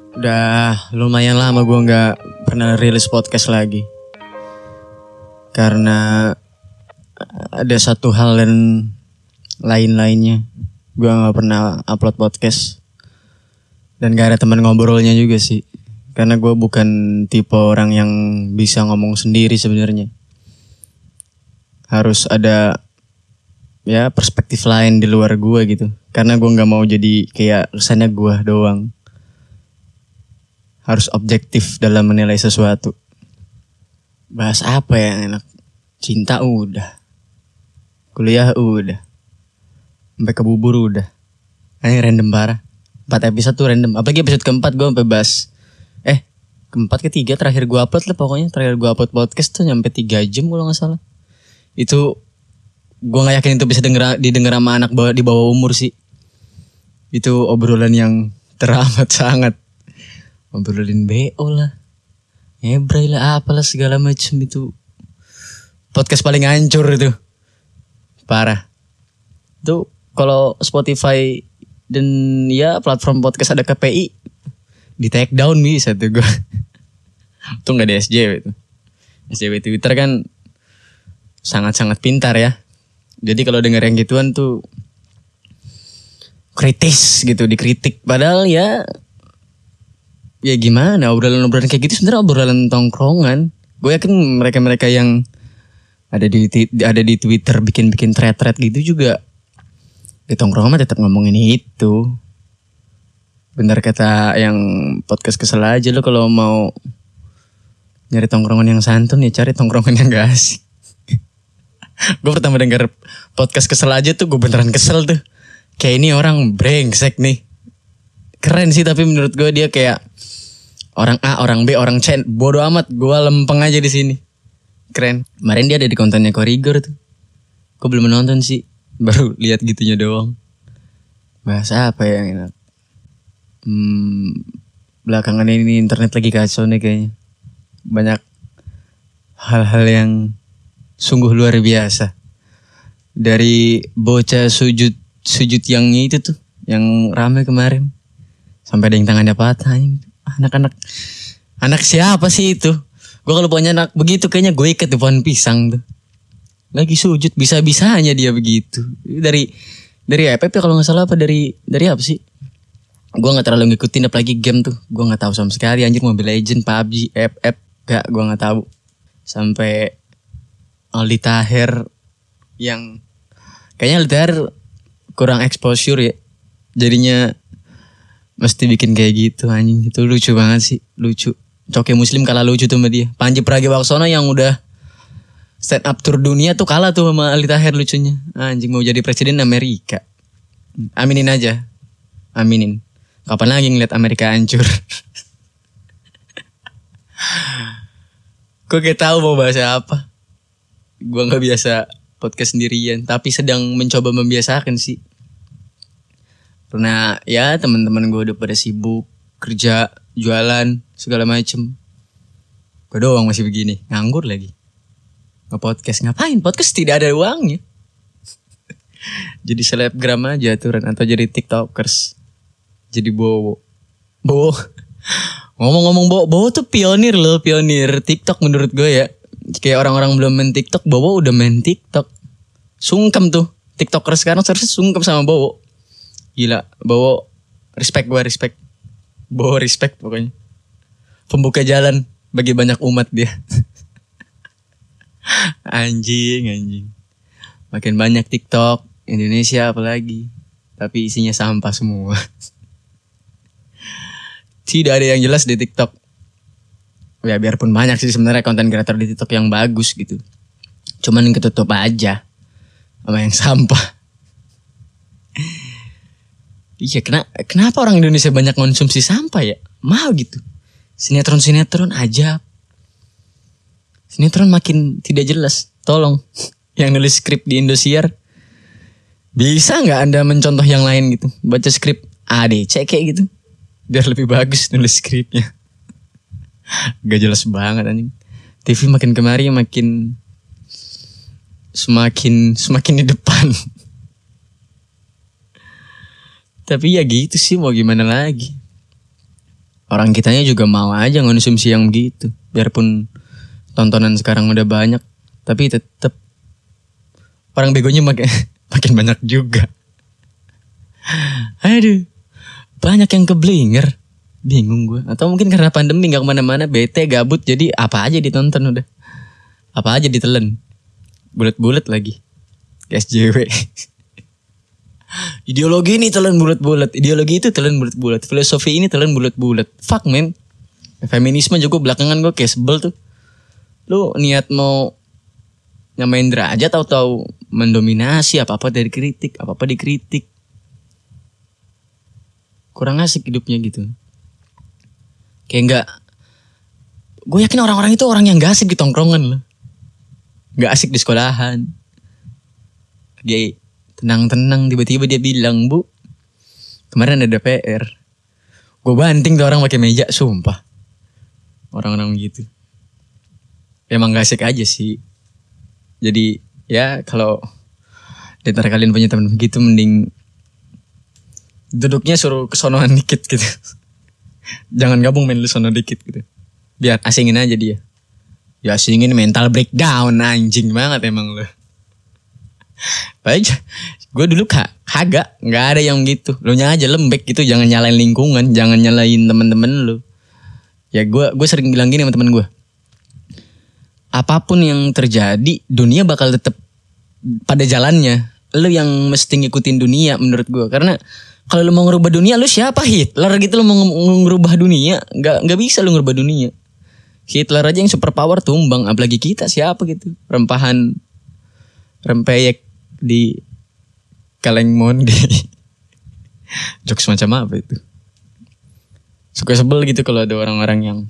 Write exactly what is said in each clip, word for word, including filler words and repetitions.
Udah lumayan lama gue gak pernah rilis podcast lagi. Karena ada satu hal dan lain-lainnya. Gue gak pernah upload podcast. Dan gak ada teman ngobrolnya juga sih. Karena gue bukan tipe orang yang bisa ngomong sendiri sebenarnya. Harus ada ya perspektif lain di luar gue gitu. Karena gue gak mau jadi kayak kesannya gue doang. Harus objektif dalam menilai sesuatu. Bahas apa yang enak? Cinta udah. Kuliah udah. Sampai ke bubur udah. Ini random parah. Empat episode tuh random. Apalagi episode keempat gue sampai bahas. Eh, keempat ketiga terakhir gue upload lah pokoknya. Terakhir gue upload podcast tuh nyampe tiga jam kalau gak salah. Itu gue gak yakin itu bisa denger, didengar sama anak di bawah umur sih. Itu obrolan yang teramat sangat. Ngobrolin B O lah, ngebray lah, apalah segala macam itu. Podcast paling hancur itu, parah. Itu kalau Spotify dan ya platform podcast ada K P I, di take down bisa tuh gue. Tuh nggak ada S J W itu. S J W Twitter kan sangat-sangat pintar ya. Jadi kalau denger yang gituan tuh kritis gitu, dikritik. Padahal ya. Ya gimana, obrolan-obrolan kayak gitu sebenarnya obrolan tongkrongan. Gue yakin mereka-mereka yang ada di ada di Twitter bikin-bikin thread-thread gitu juga di tongkrongan mah tetap ngomongin itu. Bener kata yang podcast Kesel aja, lo kalau mau nyari tongkrongan yang santun ya cari tongkrongan yang gak asik. Gue pertama denger podcast Kesel aja tuh gue beneran kesel tuh. Kayak ini orang brengsek nih. Keren sih tapi menurut gue dia kayak orang A, orang B, orang C, bodo amat, gue lempeng aja di sini. Keren. Kemarin dia ada di kontennya Korigor tuh. Gue belum nonton sih, baru lihat gitunya doang. Bahas apa ya yang enak? Hmm, belakangan ini internet lagi kacau nih kayaknya. Banyak hal-hal yang sungguh luar biasa. Dari bocah sujud sujud yang itu tuh, yang rame kemarin. Sampai ada yang tangannya patah. Anak-anak. Anak siapa sih itu? Gue kalau punya anak begitu kayaknya gue ikat di pohon pisang tuh. Lagi sujud bisa-bisanya dia begitu. Dari dari apa kalau gak salah apa dari dari apa sih? Gue gak terlalu ngikutin apalagi game tuh. Gue gak tahu sama sekali anjir Mobile Legends, P U B G, F F. Gak, gue gak tahu. Sampai Aldi Taher yang kayaknya Aldi Taher kurang exposure ya. Jadinya mesti bikin kayak gitu anjing. Itu lucu banget sih. Lucu. Coke Muslim kalah lucu tuh sama dia. Panji Pragiwaksono yang udah stand up tour dunia tuh kalah tuh sama Aldi Taher lucunya. Anjing mau jadi presiden Amerika. Aminin aja. Aminin. Kapan lagi ngeliat Amerika hancur. Gue kayak tahu mau bahas apa. Gue gak biasa podcast sendirian. Tapi sedang mencoba membiasakan sih. Karena ya teman-teman gue udah pada sibuk kerja, jualan, segala macem. Gue doang masih begini, nganggur lagi. Nge-podcast, ngapain? Podcast tidak ada uangnya. Jadi selebgram aja aturan atau jadi tiktokers. Jadi bowo. Bowo. Ngomong-ngomong bowo, bowo tuh pionir loh, pionir TikTok menurut gue ya. Kayak orang-orang belum main TikTok, bowo udah main TikTok. Sungkem tuh, tiktokers sekarang seharusnya sungkem sama bowo. Gila, Bowo respect gue respect. Bowo respect pokoknya. Pembuka jalan bagi banyak umat dia. Anjing, anjing. Makin banyak TikTok Indonesia apalagi. Tapi isinya sampah semua. Tidak ada yang jelas di TikTok. Ya biarpun banyak sih sebenarnya konten kreator di TikTok yang bagus gitu. Cuman yang ketutup aja sama yang sampah. Iya, kena, kenapa orang Indonesia banyak konsumsi sampah ya? Mau gitu. Sinetron-sinetron aja. Sinetron makin tidak jelas. Tolong, yang nulis skrip di Indosiar, bisa gak Anda mencontoh yang lain gitu? Baca skrip A D C kayak gitu. Biar lebih bagus nulis skripnya. Gak jelas banget anjing. T V makin kemari makin semakin semakin di depan. Tapi ya gitu sih, mau gimana lagi. orang kitanya juga mau aja ngonsumsi yang begitu. Biarpun tontonan sekarang udah banyak, tapi tetap orang begonya makin makin banyak juga. Aduh, banyak yang keblinger. Bingung gue. Atau mungkin karena pandemi gak kemana-mana, bete, gabut, jadi apa aja ditonton udah. Apa aja ditelan. Bulet-bulet lagi. S J W. Ideologi ini telan bulet-bulet. Ideologi itu telan bulet-bulet. Filosofi ini telan bulet-bulet. Fuck man. Feminisme juga belakangan gue kayak sebel tuh. Lu niat mau nyamain derajat atau tahu mendominasi apa-apa dari kritik. Apa-apa dikritik. Kurang asik hidupnya gitu. Kayak enggak. Gue yakin orang-orang itu orang yang gak asik di tongkrongan loh. Gak asik di sekolahan. Dia tenang-tenang tiba-tiba dia bilang, "Bu, kemarin ada P R." Gue banting tuh orang pakai meja, sumpah. Orang-orang gitu. Emang gak asik aja sih. Jadi ya kalau di antara kalian punya teman begitu, mending duduknya suruh kesonoan dikit gitu. Jangan gabung main lu sono dikit gitu. Biar asingin aja dia. Ya asingin mental breakdown, anjing banget emang lu. Baik, gue dulu kak, kagak, nggak ada yang gitu. Lu nya aja lembek gitu, jangan nyalain lingkungan, jangan nyalain temen-temen lu. Ya gue, gue sering bilang gini sama temen gue. Apapun yang terjadi, dunia bakal tetap pada jalannya. Lu yang mesti ngikutin dunia menurut gue, karena kalau lu mau ngerubah dunia, lu siapa Hitler gitu lu mau ngerubah dunia? Gak, gak bisa lu ngerubah dunia. Hitler aja yang super power tumbang, apalagi kita siapa gitu. Rempahan, rempeyek di kaleng mondi. Jokes macam apa itu? Suka sebel gitu kalau ada orang-orang yang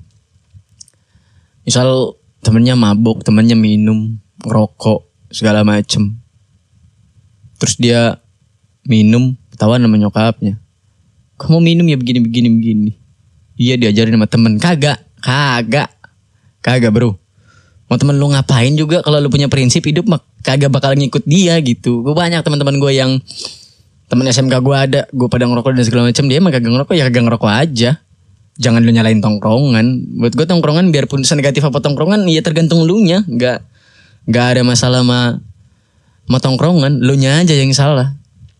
misal temennya mabuk, temennya minum, ngerokok, segala macem. Terus dia minum, ketahuan sama nyokapnya. Kamu minum ya begini begini begini. Iya diajarin sama temen. Kagak, kagak, kagak bro. Mau temen lu ngapain juga kalau lu punya prinsip hidup mah kagak bakal ngikut dia gitu. Gue banyak teman-teman gue yang temen S M K gue ada, gue pada ngerokok dan segala macam, dia mah kagak ngerokok ya kagak ngerokok aja. Jangan lu nyalain tongkrongan. Buat gue tongkrongan biarpun senegatif apa tongkrongan, ya tergantung lu nya. Gak, gak ada masalah sama, sama tongkrongan. Lu nya aja yang salah.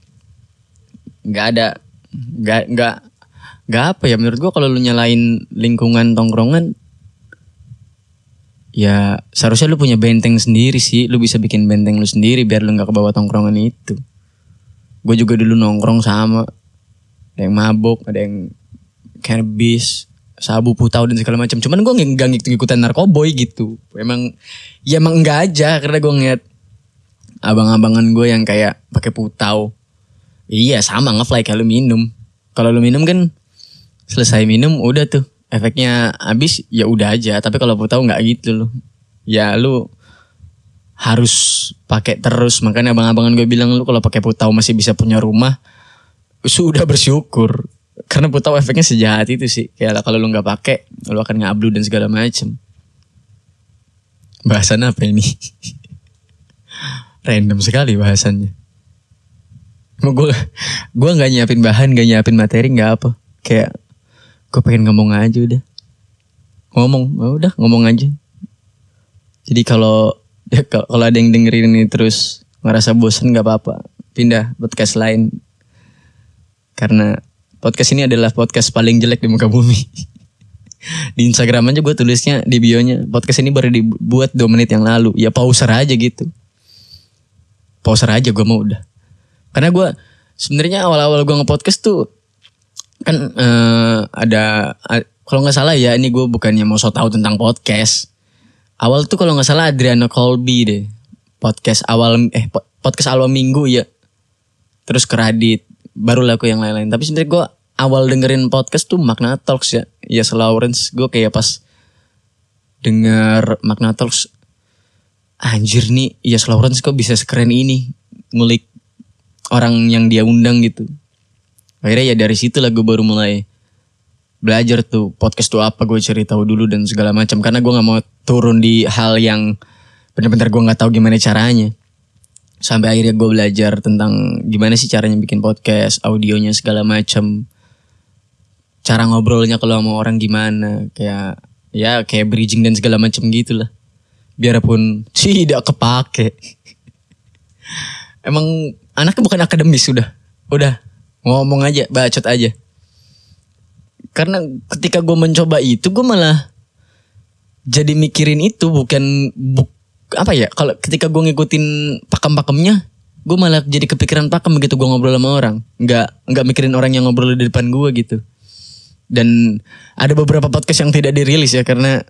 Gak ada, gak, gak, gak apa ya menurut gue kalau lu nyalain lingkungan tongkrongan, ya seharusnya lu punya benteng sendiri sih. Lu bisa bikin benteng lu sendiri biar lu gak kebawa tongkrongan itu. Gue juga dulu nongkrong sama, ada yang mabuk, ada yang cannabis, sabu, putau dan segala macam. Cuman gue nggak ngikut-ngikutan narkoboy gitu. Emang, ya emang enggak aja karena gue ngeliat abang-abangan gue yang kayak pakai putau. Iya sama ngefly kayak lu minum. Kalau lu minum kan selesai minum udah tuh efeknya habis ya udah aja. Tapi kalau putau nggak gitu loh. Ya lu harus pakai terus. Makanya abang-abangan gue bilang lu kalau pakai putau masih bisa punya rumah, sudah bersyukur. Karena putau efeknya sejahat itu sih. Kayak kalau lu nggak pakai, lu akan ngablu dan segala macem. Bahasan apa ini? Random sekali bahasannya. Gue gue nggak nyiapin bahan, nggak nyiapin materi, nggak apa. Kayak gue pengen ngomong aja udah. Ngomong, oh udah ngomong aja. Jadi kalau ya kalau ada yang dengerin ini terus ngerasa bosan nggak apa-apa, pindah podcast lain. Karena podcast ini adalah podcast paling jelek di muka bumi. Di Instagram aja gue tulisnya di bio-nya, podcast ini baru dibuat dua menit yang lalu. Ya pauser aja gitu. Pauser aja gue mau udah. Karena gue sebenarnya awal-awal gue nge-podcast tuh kan uh, ada uh, kalau nggak salah ya, ini gue bukannya mau so tau tentang podcast. Awal tuh kalau nggak salah Adriano Colby deh. Podcast awal eh podcast awal minggu ya. Terus ke Radit. Baru laku yang lain-lain. Tapi sebenarnya gue awal dengerin podcast tuh Magna Talks ya. Yes Lawrence. Gue kayak pas denger Magna Talks, anjir nih Yes Lawrence kok bisa sekeren ini ngulik orang yang dia undang gitu. Akhirnya ya dari situ lah gue baru mulai belajar tuh podcast tuh apa, gue cari tahu dulu dan segala macam. Karena gue nggak mau turun di hal yang benar-benar gue nggak tahu gimana caranya. Sampai akhirnya gue belajar tentang gimana sih caranya bikin podcast, audionya segala macam, cara ngobrolnya kalau sama orang gimana, kayak ya kayak bridging dan segala macam gitulah. Biarpun tidak kepake. Emang anaknya bukan akademis, udah. Udah ngomong aja, bacot aja. Karena ketika gue mencoba itu, gue malah jadi mikirin itu, bukan buk, apa ya, kalau ketika gue ngikutin pakem-pakemnya, gue malah jadi kepikiran pakem begitu gue ngobrol sama orang. Nggak, nggak mikirin orang yang ngobrol di depan gue gitu. Dan ada beberapa podcast yang tidak dirilis ya, karena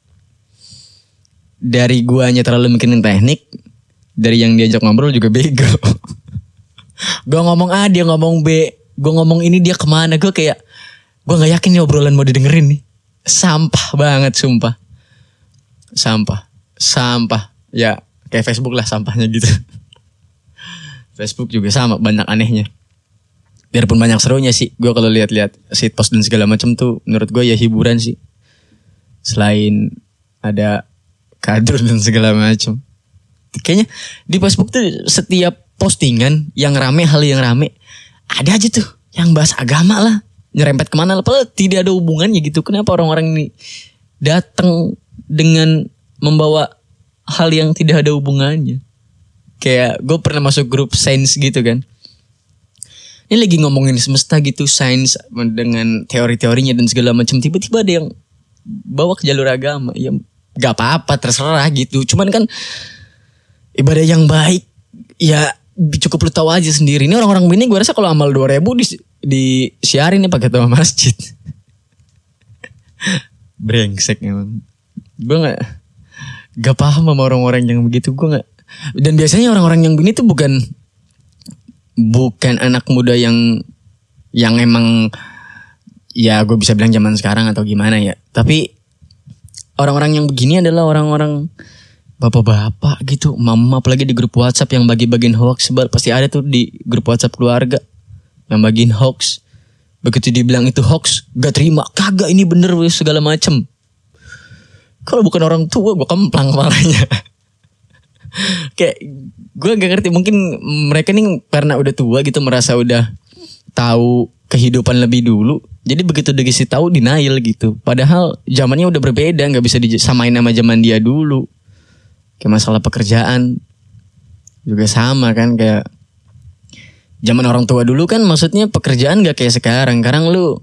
dari guanya terlalu mikirin teknik, dari yang diajak ngobrol juga bego. Gue ngomong A, dia ngomong B, gue ngomong ini dia kemana, gue kayak gue nggak yakin nih obrolan mau didengerin nih. Sampah banget, sumpah. Sampah, sampah. Ya kayak Facebook lah sampahnya gitu. Facebook juga sama, banyak anehnya. Biarpun banyak serunya sih, gue kalau lihat-lihat shit post dan segala macam tuh, menurut gue ya hiburan sih. Selain ada kadrun dan segala macam. Kayaknya di Facebook tuh setiap postingan yang rame, hal yang rame, ada aja tuh yang bahas agama lah, nyerempet kemana lah, padahal tidak ada hubungannya gitu. Kenapa orang-orang ini datang dengan membawa hal yang tidak ada hubungannya? Kayak gue pernah masuk grup sains gitu kan. Ini lagi ngomongin semesta gitu, sains dengan teori-teorinya dan segala macam. Tiba-tiba ada yang bawa ke jalur agama. Ya gak apa-apa, terserah gitu. Cuman kan ibadah yang baik ya cukup lu tahu aja sendiri. Ini orang-orang ini gue rasa kalau amal dua ribu di, disiarin nih pakai ketua masjid. Brengsek emang. Gue gak gak paham sama orang-orang yang begitu. Gue gak. Dan biasanya orang-orang yang begini tuh bukan bukan anak muda yang yang emang ya gue bisa bilang zaman sekarang atau gimana ya. Tapi orang-orang yang begini adalah orang-orang bapak-bapak gitu, mama, apalagi di grup WhatsApp yang bagi-bagiin hoax. Pasti ada tuh di grup WhatsApp keluarga yang bagiin hoax. Begitu dibilang itu hoax, gak terima, kagak ini bener segala macem. Kalau bukan orang tua gue kemplang kepalanya. Kayak gue gak ngerti, mungkin mereka nih karena udah tua gitu, merasa udah tahu kehidupan lebih dulu. Jadi begitu dikasih tahu denial gitu. Padahal zamannya udah berbeda, nggak bisa disamain sama zaman dia dulu. Kayak masalah pekerjaan juga sama kan, kayak zaman orang tua dulu kan, maksudnya pekerjaan nggak kayak sekarang. Sekarang lu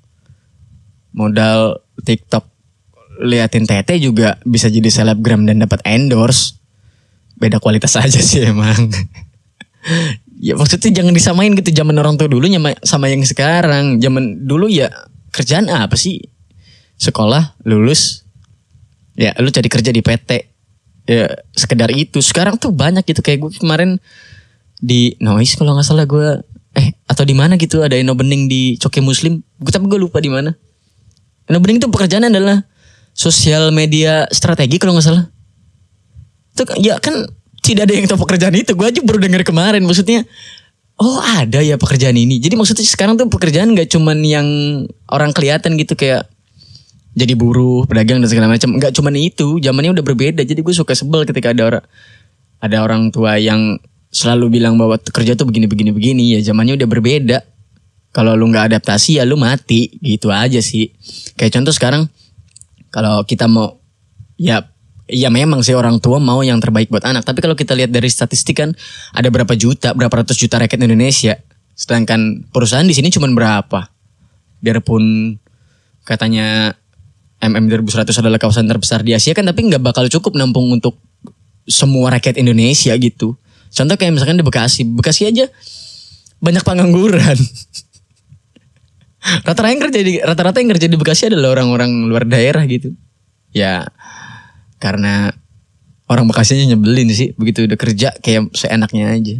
modal TikTok liatin tete juga bisa jadi selebgram dan dapat endorse. Beda kualitas aja sih emang. Ya maksudnya jangan disamain gitu, zaman orang tua dulu sama yang sekarang. Zaman dulu ya kerjaan apa sih? Sekolah, lulus, ya lu cari kerja di P T. Ya sekedar itu. Sekarang tuh banyak gitu, kayak gue kemarin di Noise kalau nggak salah gue, eh atau di mana gitu ada Eno Bening di Coke Muslim. Gue tapi gue lupa di mana. Eno Bening itu pekerjaan adalah sosial media strategi kalau nggak salah. Itu ya kan tidak ada yang tahu pekerjaan itu. Gue aja baru dengar kemarin. Maksudnya oh ada ya pekerjaan ini. Jadi maksudnya sekarang tuh pekerjaan gak cuman yang orang kelihatan gitu, kayak jadi buruh, pedagang dan segala macam. Gak cuman itu. Zamannya udah berbeda. Jadi gue suka sebel ketika ada orang ada orang tua yang selalu bilang bahwa kerja tuh begini-begini begini. Ya zamannya udah berbeda. Kalau lu gak adaptasi ya lu mati. Gitu aja sih. Kayak contoh sekarang kalau kita mau ya ya memang sih orang tua mau yang terbaik buat anak. Tapi kalau kita lihat dari statistik kan ada berapa juta, berapa ratus juta rakyat Indonesia. Sedangkan perusahaan di sini cuma berapa. Biarpun katanya M M dua ribu seratus adalah kawasan terbesar di Asia kan, tapi nggak bakal cukup nampung untuk semua rakyat Indonesia gitu. Contoh kayak misalkan di Bekasi. Bekasi aja banyak pengangguran. Rata-rata yang kerja di, rata-rata yang kerja di Bekasi adalah orang-orang luar daerah gitu. Ya karena orang Bekasinya nyebelin sih. Begitu udah kerja kayak seenaknya aja.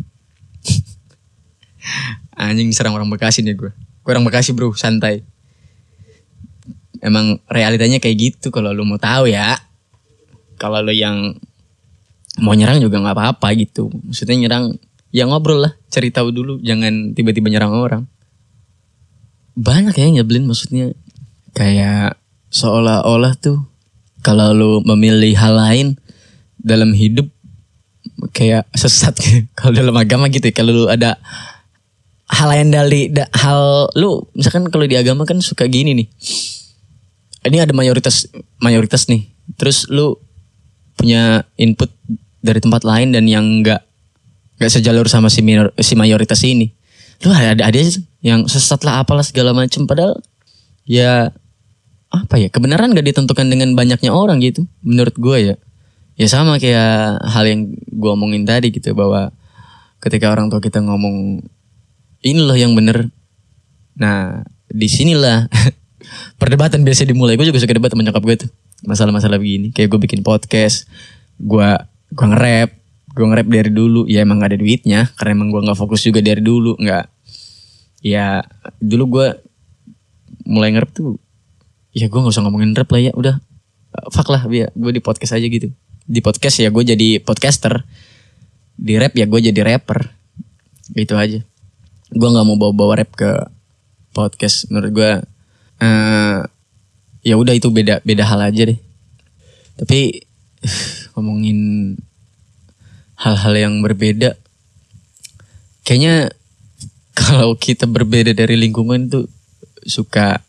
Anjing serang orang Bekasi nih gue. Gue orang Bekasi bro, santai. Emang realitanya kayak gitu kalau lu mau tahu ya. Kalau lu yang mau nyerang juga gak apa-apa gitu. Maksudnya nyerang ya ngobrol lah, cari tahu dulu. Jangan tiba-tiba nyerang orang. Banyak ya yang nyebelin, maksudnya kayak seolah-olah tuh kalau lu memilih hal lain dalam hidup kayak sesat gitu. Kalau dalam agama gitu, kalau lu ada hal lain dari da, hal lu misalkan kalau di agama kan suka gini nih. Ini ada mayoritas mayoritas nih. Terus lu punya input dari tempat lain dan yang enggak enggak sejalur sama si minor, si mayoritas ini. Lu ada ada yang sesat lah apalah segala macam, padahal ya apa ya, kebenaran gak ditentukan dengan banyaknya orang gitu menurut gue ya. Ya sama kayak hal yang gue omongin tadi gitu, bahwa ketika orang tua kita ngomong ini loh yang bener, nah disinilah perdebatan biasa dimulai. Gue juga suka debat sama nyokap gue tuh masalah-masalah begini. Kayak gue bikin podcast, gue gue nge-rap, gue nge-rap dari dulu. Ya emang gak ada duitnya, karena emang gue nggak fokus juga dari dulu, nggak. Ya dulu gue mulai nge-rap tuh, ya gue nggak usah ngomongin rap lah ya, udah fuck lah, biar gue di podcast aja gitu. Di podcast ya gue jadi podcaster, di rap ya gue jadi rapper, gitu aja. Gue nggak mau bawa-bawa rap ke podcast. Menurut gue uh, ya udah itu beda beda hal aja deh. Tapi ngomongin hal-hal yang berbeda, kayaknya kalau kita berbeda dari lingkungan tuh suka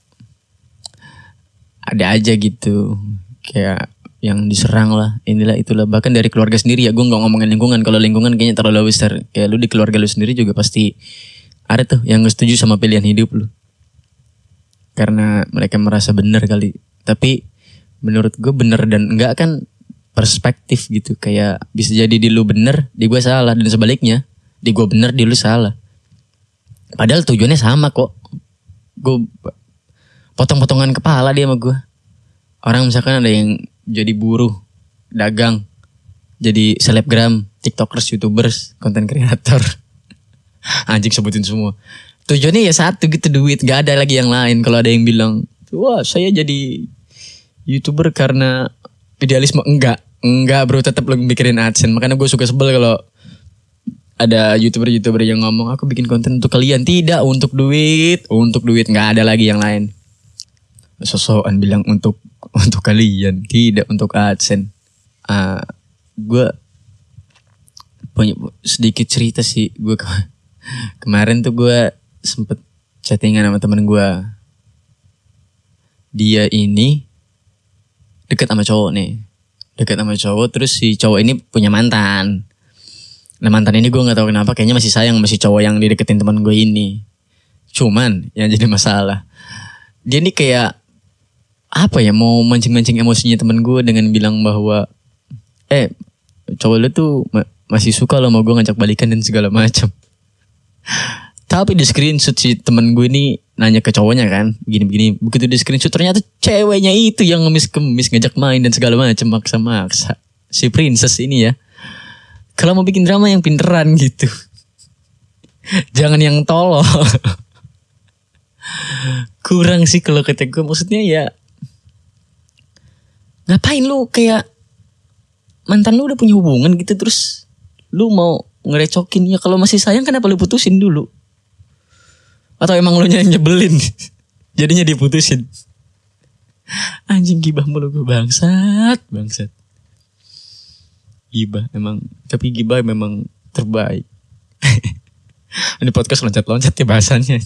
ada aja gitu, kayak yang diserang lah, inilah itulah, bahkan dari keluarga sendiri ya. Gue nggak ngomongin lingkungan, kalau lingkungan kayaknya terlalu besar. Kayak lu di keluarga lu sendiri juga pasti ada tuh yang nggak setuju sama pilihan hidup lu, karena mereka merasa benar kali. Tapi menurut gue benar dan enggak kan perspektif gitu. Kayak bisa jadi di lu benar, di gue salah, dan sebaliknya di gue benar, di lu salah. Padahal tujuannya sama kok. Gue potong-potongan kepala dia sama gue. Orang misalkan ada yang jadi buruh, dagang, jadi selebgram, tiktokers, youtubers, konten kreator. Anjing sebutin semua. Tujuannya ya satu gitu, duit. Gak ada lagi yang lain. Kalau ada yang bilang, wah saya jadi youtuber karena idealisme. Enggak. Enggak bro, tetap lu mikirin AdSense. Makanya gue suka sebel kalau ada youtuber-youtuber yang ngomong, aku bikin konten untuk kalian. Tidak, untuk duit. Untuk duit, gak ada lagi yang lain. Sosokan bilang untuk untuk kalian, tidak untuk AdSense. Uh, gue punya sedikit cerita sih. Gue ke- kemarin tuh gue sempet chattingan sama temen gue. Dia ini dekat sama cowok nih, dekat sama cowok. Terus si cowok ini punya mantan. Nah mantan ini gue nggak tahu kenapa kayaknya masih sayang masih cowok yang dideketin teman gue ini. Cuman yang jadi masalah, dia nih kayak apa ya, mau mancing-mancing emosinya temen gue dengan bilang bahwa eh cowok lu tuh ma- masih suka lo sama gue, ngajak balikan dan segala macam. Tapi di screenshot si temen gue ini nanya ke cowoknya kan, begini-begini. Begitu di screenshot ternyata ceweknya itu yang ngemis-kemis, ngajak main dan segala macam, maksa-maksa. Si princess ini ya, kalau mau bikin drama yang pinteran gitu, jangan yang tolol. Kurang sih kalau kata gue. Maksudnya ya, ngapain lu kayak mantan lu udah punya hubungan gitu terus lu mau ngerecokin? Ya kalau masih sayang kenapa lu putusin dulu? Atau emang lu nyebelin jadinya diputusin? Anjing, gibah mulu gue, bangsat bangsat. Gibah emang, tapi gibah memang terbaik. Ini podcast loncat-loncat ya bahasannya.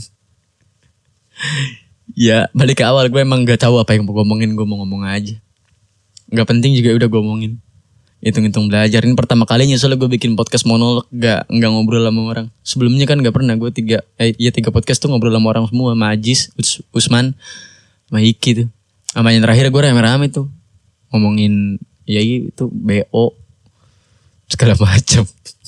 Ya balik ke awal, gue emang gak tahu apa yang mau ngomongin. Gue mau ngomong aja, gak penting juga udah gue omongin. Hitung-hitung belajar. Ini pertama kalinya soalnya gue bikin podcast monolog, gak, gak ngobrol sama orang. Sebelumnya kan gak pernah gue tiga eh, iya tiga podcast tuh ngobrol sama orang semua. Sama Ajis, Us, Usman, sama Iki tuh. Sama yang terakhir gue rame-rame tuh ngomongin ya itu B O segala macam.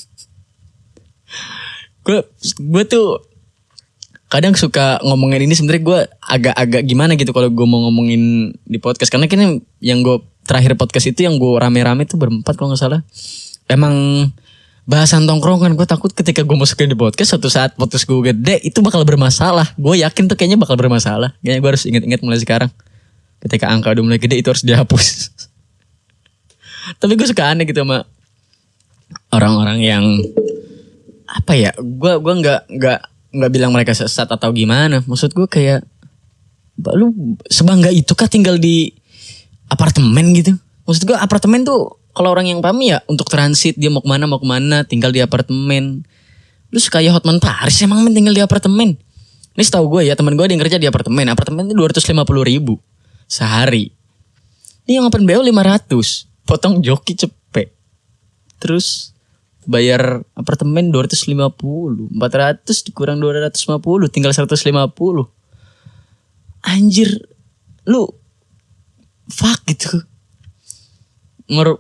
Gue gue tuh kadang suka ngomongin ini sebenarnya gue agak-agak gimana gitu kalau gue mau ngomongin di podcast, karena kini yang gue terakhir podcast itu yang gue rame-rame tuh berempat kalau nggak salah, emang bahasan tongkrongan. Gue takut ketika gue masukin di podcast suatu saat podcast gue gede itu bakal bermasalah. Gue yakin tuh kayaknya bakal bermasalah. Kayaknya gue harus ingat-ingat mulai sekarang. Ketika angka udah mulai gede itu harus dihapus. Tapi gue suka aneh gitu sama orang-orang yang apa ya? Gue gue nggak nggak nggak bilang mereka sesat atau gimana. Maksud gue kayak, lu sebangga itu kah tinggal di apartemen gitu? Maksud gue apartemen tuh kalau orang yang paham ya untuk transit, dia mau kemana mau kemana tinggal di apartemen. Lu Lu sekaya Hotman Paris emang men tinggal di apartemen. Ini setahu gue ya, teman gue ada yang kerja di apartemen. Apartemen itu dua ratus lima puluh ribu sehari. Ini yang open B O lima ratus. Potong joki cepet. Terus bayar apartemen dua ratus lima puluh. empat ratus dikurang dua ratus lima puluh. Tinggal seratus lima puluh. Anjir. Lu fuck gitu. Ngor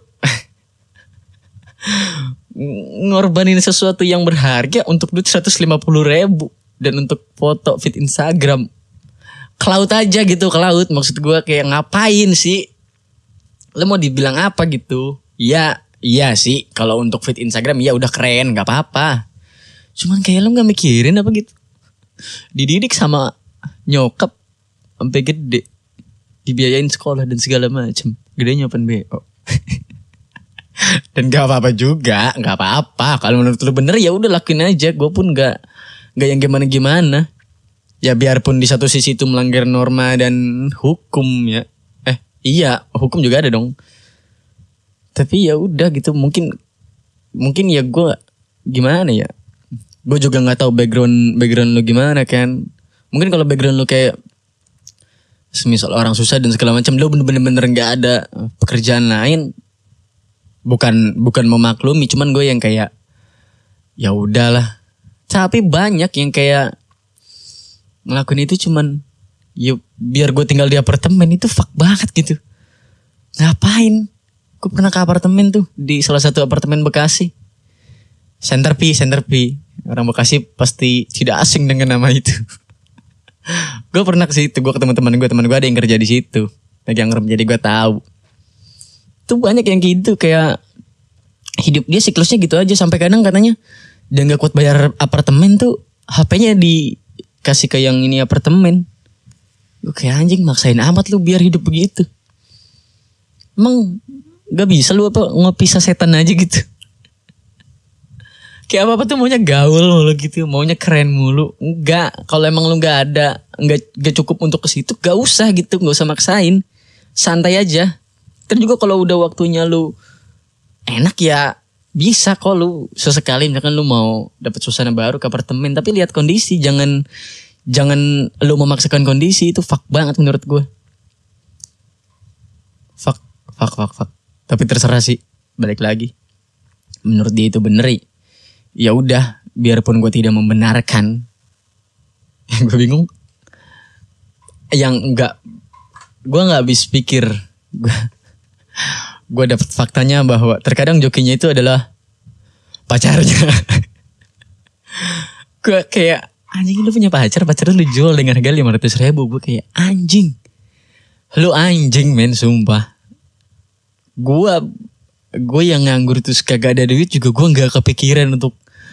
ngorbanin sesuatu yang berharga untuk duit seratus lima puluh ribu. Dan untuk foto feed Instagram. Ke laut aja gitu, ke laut. Maksud gue kayak ngapain sih? Lu mau dibilang apa gitu? Iya, iya sih. Kalau untuk feed Instagram ya udah keren, gak apa-apa. Cuman kayak lu gak mikirin apa gitu. Dididik sama nyokap sampai gede. Dibiayain sekolah dan segala macam. Gedenya open B O. Dan gak apa-apa juga, gak apa-apa. Kalau menurut lu bener ya udah lakuin aja. Gue pun gak gak yang gimana-gimana. Ya biarpun di satu sisi itu melanggar norma dan hukum ya. Eh iya, hukum juga ada dong. Tapi ya udah gitu, mungkin mungkin ya gue gimana ya? Gue juga nggak tahu background background lu gimana kan. Mungkin kalau background lu kayak semisal orang susah dan segala macam, lu bener-bener nggak ada pekerjaan lain. Bukan bukan memaklumi, cuman gue yang kayak ya udahlah. Tapi banyak yang kayak ngelakuin itu cuman ya biar gue tinggal di apartemen, itu fuck banget gitu. Ngapain? Gue pernah ke apartemen tuh di salah satu apartemen Bekasi. Center P, Center P. Orang Bekasi pasti tidak asing dengan nama itu. Gue pernah ke situ, gue ketemu teman gue, teman gue ada yang kerja di situ. Lagi yang jadi gue tahu. Tuh banyak yang gitu, kayak hidup dia siklusnya gitu aja. Sampai kadang katanya dia gak kuat bayar apartemen tuh H P-nya dikasih ke yang ini apartemen. Gue kayak anjing, maksain amat lu biar hidup begitu. Emang gak bisa lu apa ngepisah setan aja gitu. Kayak apa-apa tuh maunya gaul mulu gitu, maunya keren mulu. Enggak, kalau emang lu gak ada, gak, gak cukup untuk ke situ, gak usah gitu, gak usah maksain. Santai aja. Terus juga kalau udah waktunya lu enak ya bisa kok lu sesekali misalkan lu mau dapet suasana baru ke apartemen, tapi lihat kondisi, jangan jangan lu memaksakan kondisi, itu fuck banget menurut gue. Fuck, fuck, fuck, fuck. Tapi terserah sih, balik lagi. Menurut dia itu bener ya udah, biarpun gue tidak membenarkan. Yang gue bingung, yang enggak, gue nggak habis pikir. Gue gue dapet faktanya bahwa terkadang jokinya itu adalah pacarnya. Gue kayak anjing, lu punya pacar, pacar lu jual dengan harga lima ratus ribu. Gue kayak anjing, lu anjing men, sumpah. Gue gue yang nganggur terus kagak ada duit juga gue nggak kepikiran untuk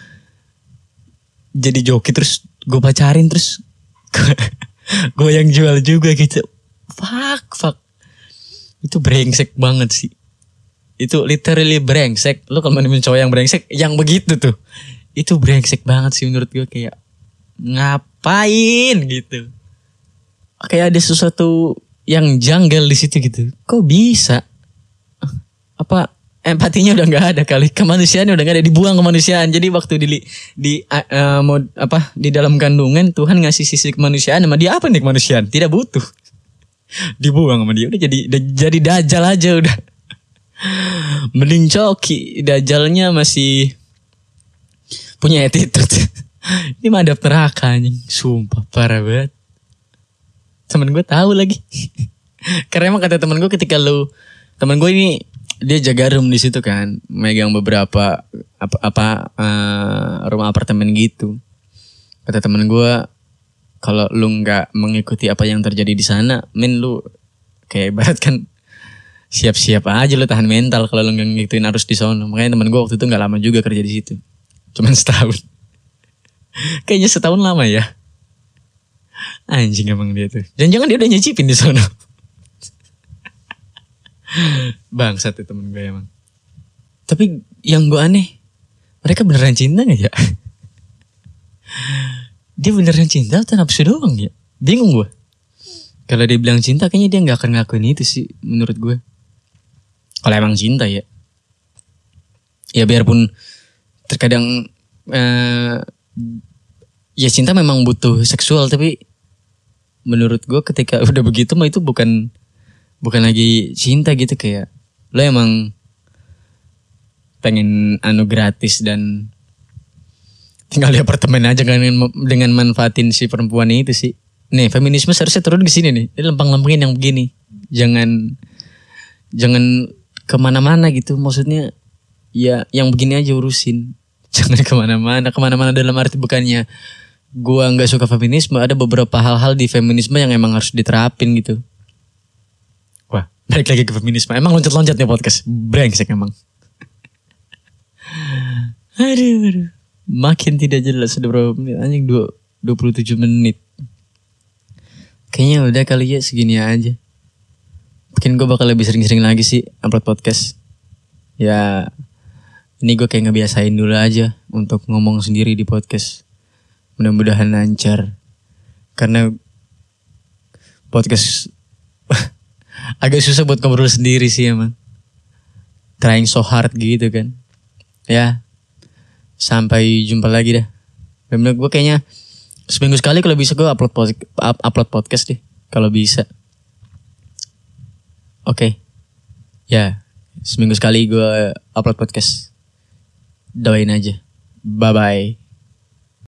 jadi joki terus gue pacarin terus gue yang jual juga gitu. Fuck, fuck. Itu brengsek banget sih. Itu literally brengsek. Lu kalau menemuin cowok yang brengsek, yang begitu tuh, itu brengsek banget sih menurut gue. Kayak ngapain gitu. Kayak ada sesuatu yang janggal di situ gitu. Kok bisa? Apa empatinya udah nggak ada kali, kemanusiaan udah nggak ada, dibuang kemanusiaan. Jadi waktu di di uh, mod, apa di dalam kandungan Tuhan ngasih sisi kemanusiaan sama dia, apa nih kemanusiaan? Tidak butuh. Dibuang sama dia, udah jadi jadi dajal aja udah. Mending coki, dajalnya masih punya attitude. Ini mah ada neraka anjing, sumpah parah banget. Temen gue tahu lagi. Karena emang kata temen gue, ketika lu, temen gue ini dia jaga room di situ kan, megang beberapa apa, apa uh, rumah apartemen gitu. Kata temen gue, kalau lu nggak mengikuti apa yang terjadi di sana, men lu kayak ibarat kan siap-siap aja lu tahan mental kalau lu nggak ngikutin arus di sana. Makanya temen gue waktu itu nggak lama juga kerja di situ, cuman setahun. Kayaknya setahun lama ya. Anjing emang dia tuh. Jangan-jangan dia udah nyicipin di sana. Bangsat tuh temen gue emang. Tapi yang gue aneh, mereka beneran cinta gak ya? Dia beneran cinta atau nafsu doang ya? Bingung gue. Kalau dia bilang cinta, kayaknya dia gak akan ngelakuin itu sih menurut gue. Kalau emang cinta ya. Ya biarpun terkadang uh, ya cinta memang butuh seksual, tapi menurut gue ketika udah begitu mah itu bukan bukan lagi cinta gitu, kayak lo emang pengen anu gratis dan tinggal di apartemen aja kan dengan, dengan manfaatin si perempuan itu sih. Nih feminisme seharusnya turun ke sini nih, ini lempang-lempengin yang begini, jangan jangan kemana-mana gitu, maksudnya ya yang begini aja urusin, jangan kemana-mana. Kemana-mana dalam arti bukannya gua nggak suka feminisme, ada beberapa hal-hal di feminisme yang emang harus diterapin gitu. Wah, balik lagi ke feminisme, emang loncat-loncat nih podcast, brengsek emang. Aduh, aduh, makin tidak jelas. Sudah berapa menit anjing, dua puluh tujuh menit. Kayaknya udah kali ya, segini aja. Mungkin gue bakal lebih sering-sering lagi sih upload podcast. Ya ini gue kayak ngebiasain dulu aja untuk ngomong sendiri di podcast. Mudah-mudahan lancar. Karena podcast agak susah buat ngobrol sendiri sih emang. Trying so hard gitu kan. Ya, sampai jumpa lagi dah. Bener gue kayaknya seminggu sekali kalau bisa gue upload pod, upload podcast deh kalau bisa. Oke, okay. Ya seminggu sekali gue upload podcast. Doain aja. Bye bye.